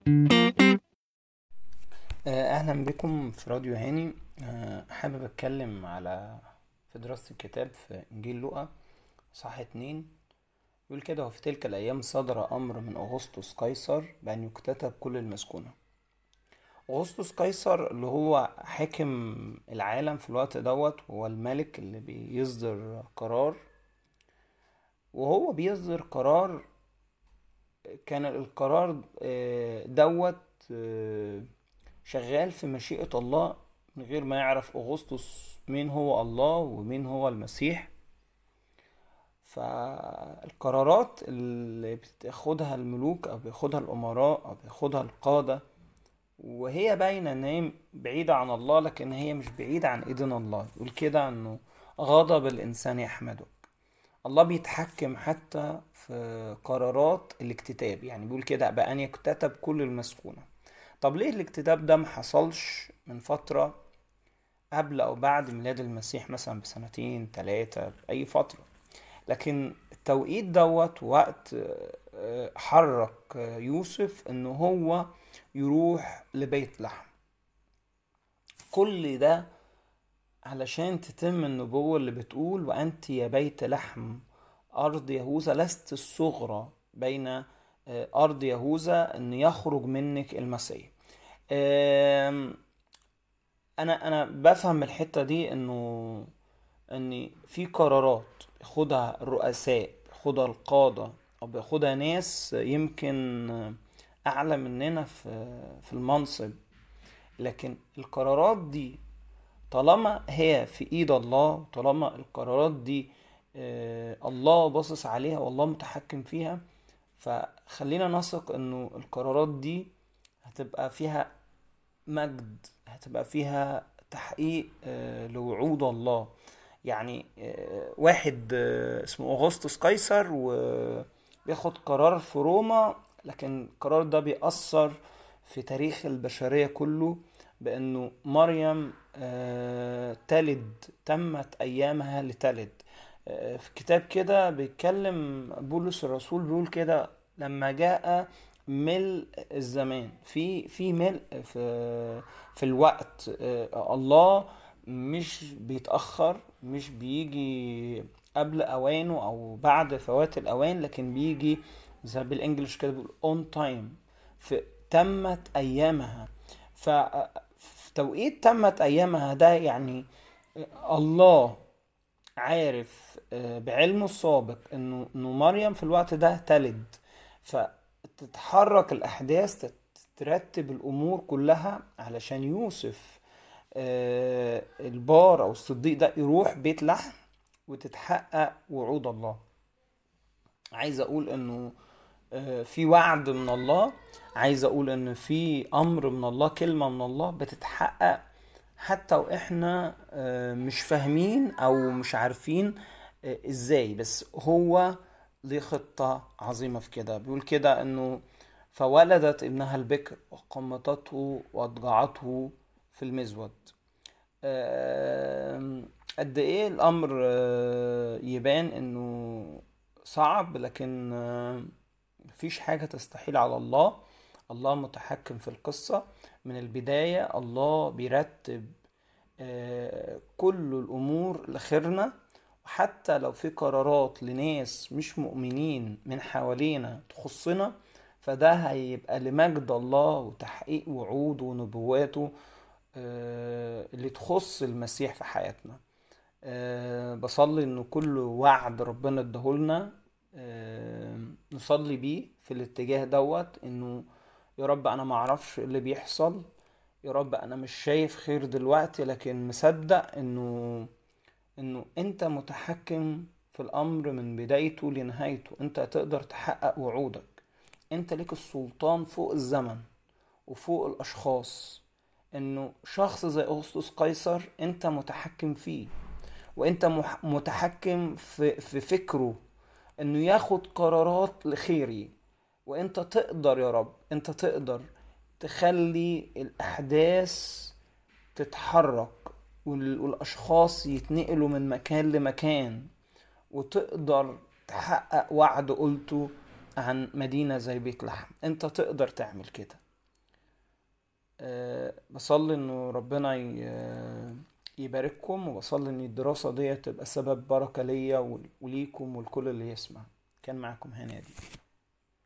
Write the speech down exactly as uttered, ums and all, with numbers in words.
آه، أهلا بكم في راديو هاني. آه، حابب أتكلم على في دراسة الكتاب في إنجيل لوقا صح اتنين. يقول كده: وفي تلك الأيام صدر أمر من أغسطس قيصر بأن يكتتب كل المسكونة. أغسطس قيصر اللي هو حاكم العالم في الوقت دوت، هو الملك اللي بيصدر قرار. وهو بيصدر قرار، كان القرار آه، دوت آه، شغال في مشيئة الله، من غير ما يعرف أغسطس مين هو الله ومين هو المسيح. فالقرارات اللي بتاخدها الملوك أو بياخدها الأمراء أو بياخدها القادة، وهي باينة إن هي بعيدة عن الله، لكن هي مش بعيدة عن إيدين الله. يقول كده إنه غضب الإنسان يحمده. الله بيتحكم حتى في قرارات الاكتتاب، يعني بيقول كده بأن يكتتب كل المسكونة. طب ليه الاكتتاب ده محصلش من فترة قبل أو بعد ميلاد المسيح، مثلا بسنتين تلاتة بأي فترة؟ لكن التوقيت دوت وقت آه، حرك آه، يوسف إنه هو يروح لبيت لحم. كل ده علشان تتم النبوة اللي بتقول: وأنت يا بيت لحم أرض يهوذا لست الصغرى بين آه، أرض يهوذا، أن يخرج منك المسيح. آم، أنا أنا بفهم الحتة دي إنه إن في قرارات بياخدها الرؤساء، بياخدها القادة، أو بياخدها ناس يمكن أعلى مننا في في المنصب. لكن القرارات دي طالما هي في ايد الله، طالما القرارات دي آه، الله باصص عليها والله متحكم فيها، فخلينا نثق انه القرارات دي هتبقى فيها مجد، هتبقى فيها تحقيق آه، لوعود الله. يعني آه، واحد آه، اسمه أغسطس قيصر وبياخد قرار في روما، لكن القرار ده بيأثر في تاريخ البشرية كله، بأنه مريم آه، تلد، تمت أيامها لتلد. آه، في كتاب كده بيتكلم بولس الرسول، بيقول كده: لما جاء ملء الزمان، في في ملء في في الوقت. آه، الله مش بيتأخر، مش بيجي قبل أوانه أو بعد فوات الأوان، لكن بيجي زي بالإنجلش كده بيقول on time. في تمت أيامها. ففي توقيت تمت أيامها ده يعني الله عارف آه، بعلمه السابق انه انه مريم في الوقت ده تلد، فتتحرك الاحداث، ترتب الامور كلها علشان يوسف آه، البار او الصديق ده يروح بيت لحم وتتحقق وعود الله. عايز اقول انه آه، في وعد من الله، عايز اقول ان في امر من الله، كلمة من الله بتتحقق حتى واحنا آه، مش فاهمين او مش عارفين آه، ازاي. بس هو ليه خطة عظيمة في كده. بيقول كده انه فولدت ابنها البكر وقمطته واضجعته في المزود. آم، قد ايه الامر آه، يبان انه صعب، لكن آه، مفيش حاجة تستحيل على الله. الله متحكم في القصة من البداية. الله بيرتب آه، كل الأمور لخيرنا. وحتى لو في قرارات لناس مش مؤمنين من حوالينا تخصنا، فده هيبقى لمجد الله وتحقيق وعوده ونبواته آه، اللي تخص المسيح في حياتنا. أه بصلي انه كل وعد ربنا اداهولنا أه نصلي بيه في الاتجاه دوت، انه يا رب انا معرفش اللي بيحصل، يا رب انا مش شايف خير دلوقتي، لكن مصدق انه انه انت متحكم في الامر من بدايته لنهايته. انت تقدر تحقق وعودك، انت ليك السلطان فوق الزمن وفوق الاشخاص. انه شخص زي اغسطس قيصر انت متحكم فيه، وانت مح- متحكم في, في فكره انه ياخد قرارات لخيري. وانت تقدر يا رب، انت تقدر تخلي الاحداث تتحرك وال- والاشخاص يتنقلوا من مكان لمكان، وتقدر تحقق وعد قلته عن مدينة زي بيت لحم. انت تقدر تعمل كده. أه بصلي انه ربنا ي- يبارككم، وبصلي ان الدراسة دي تبقى سبب بركة ليا ول- وليكم ولكل اللي يسمع. كان معكم هنادي.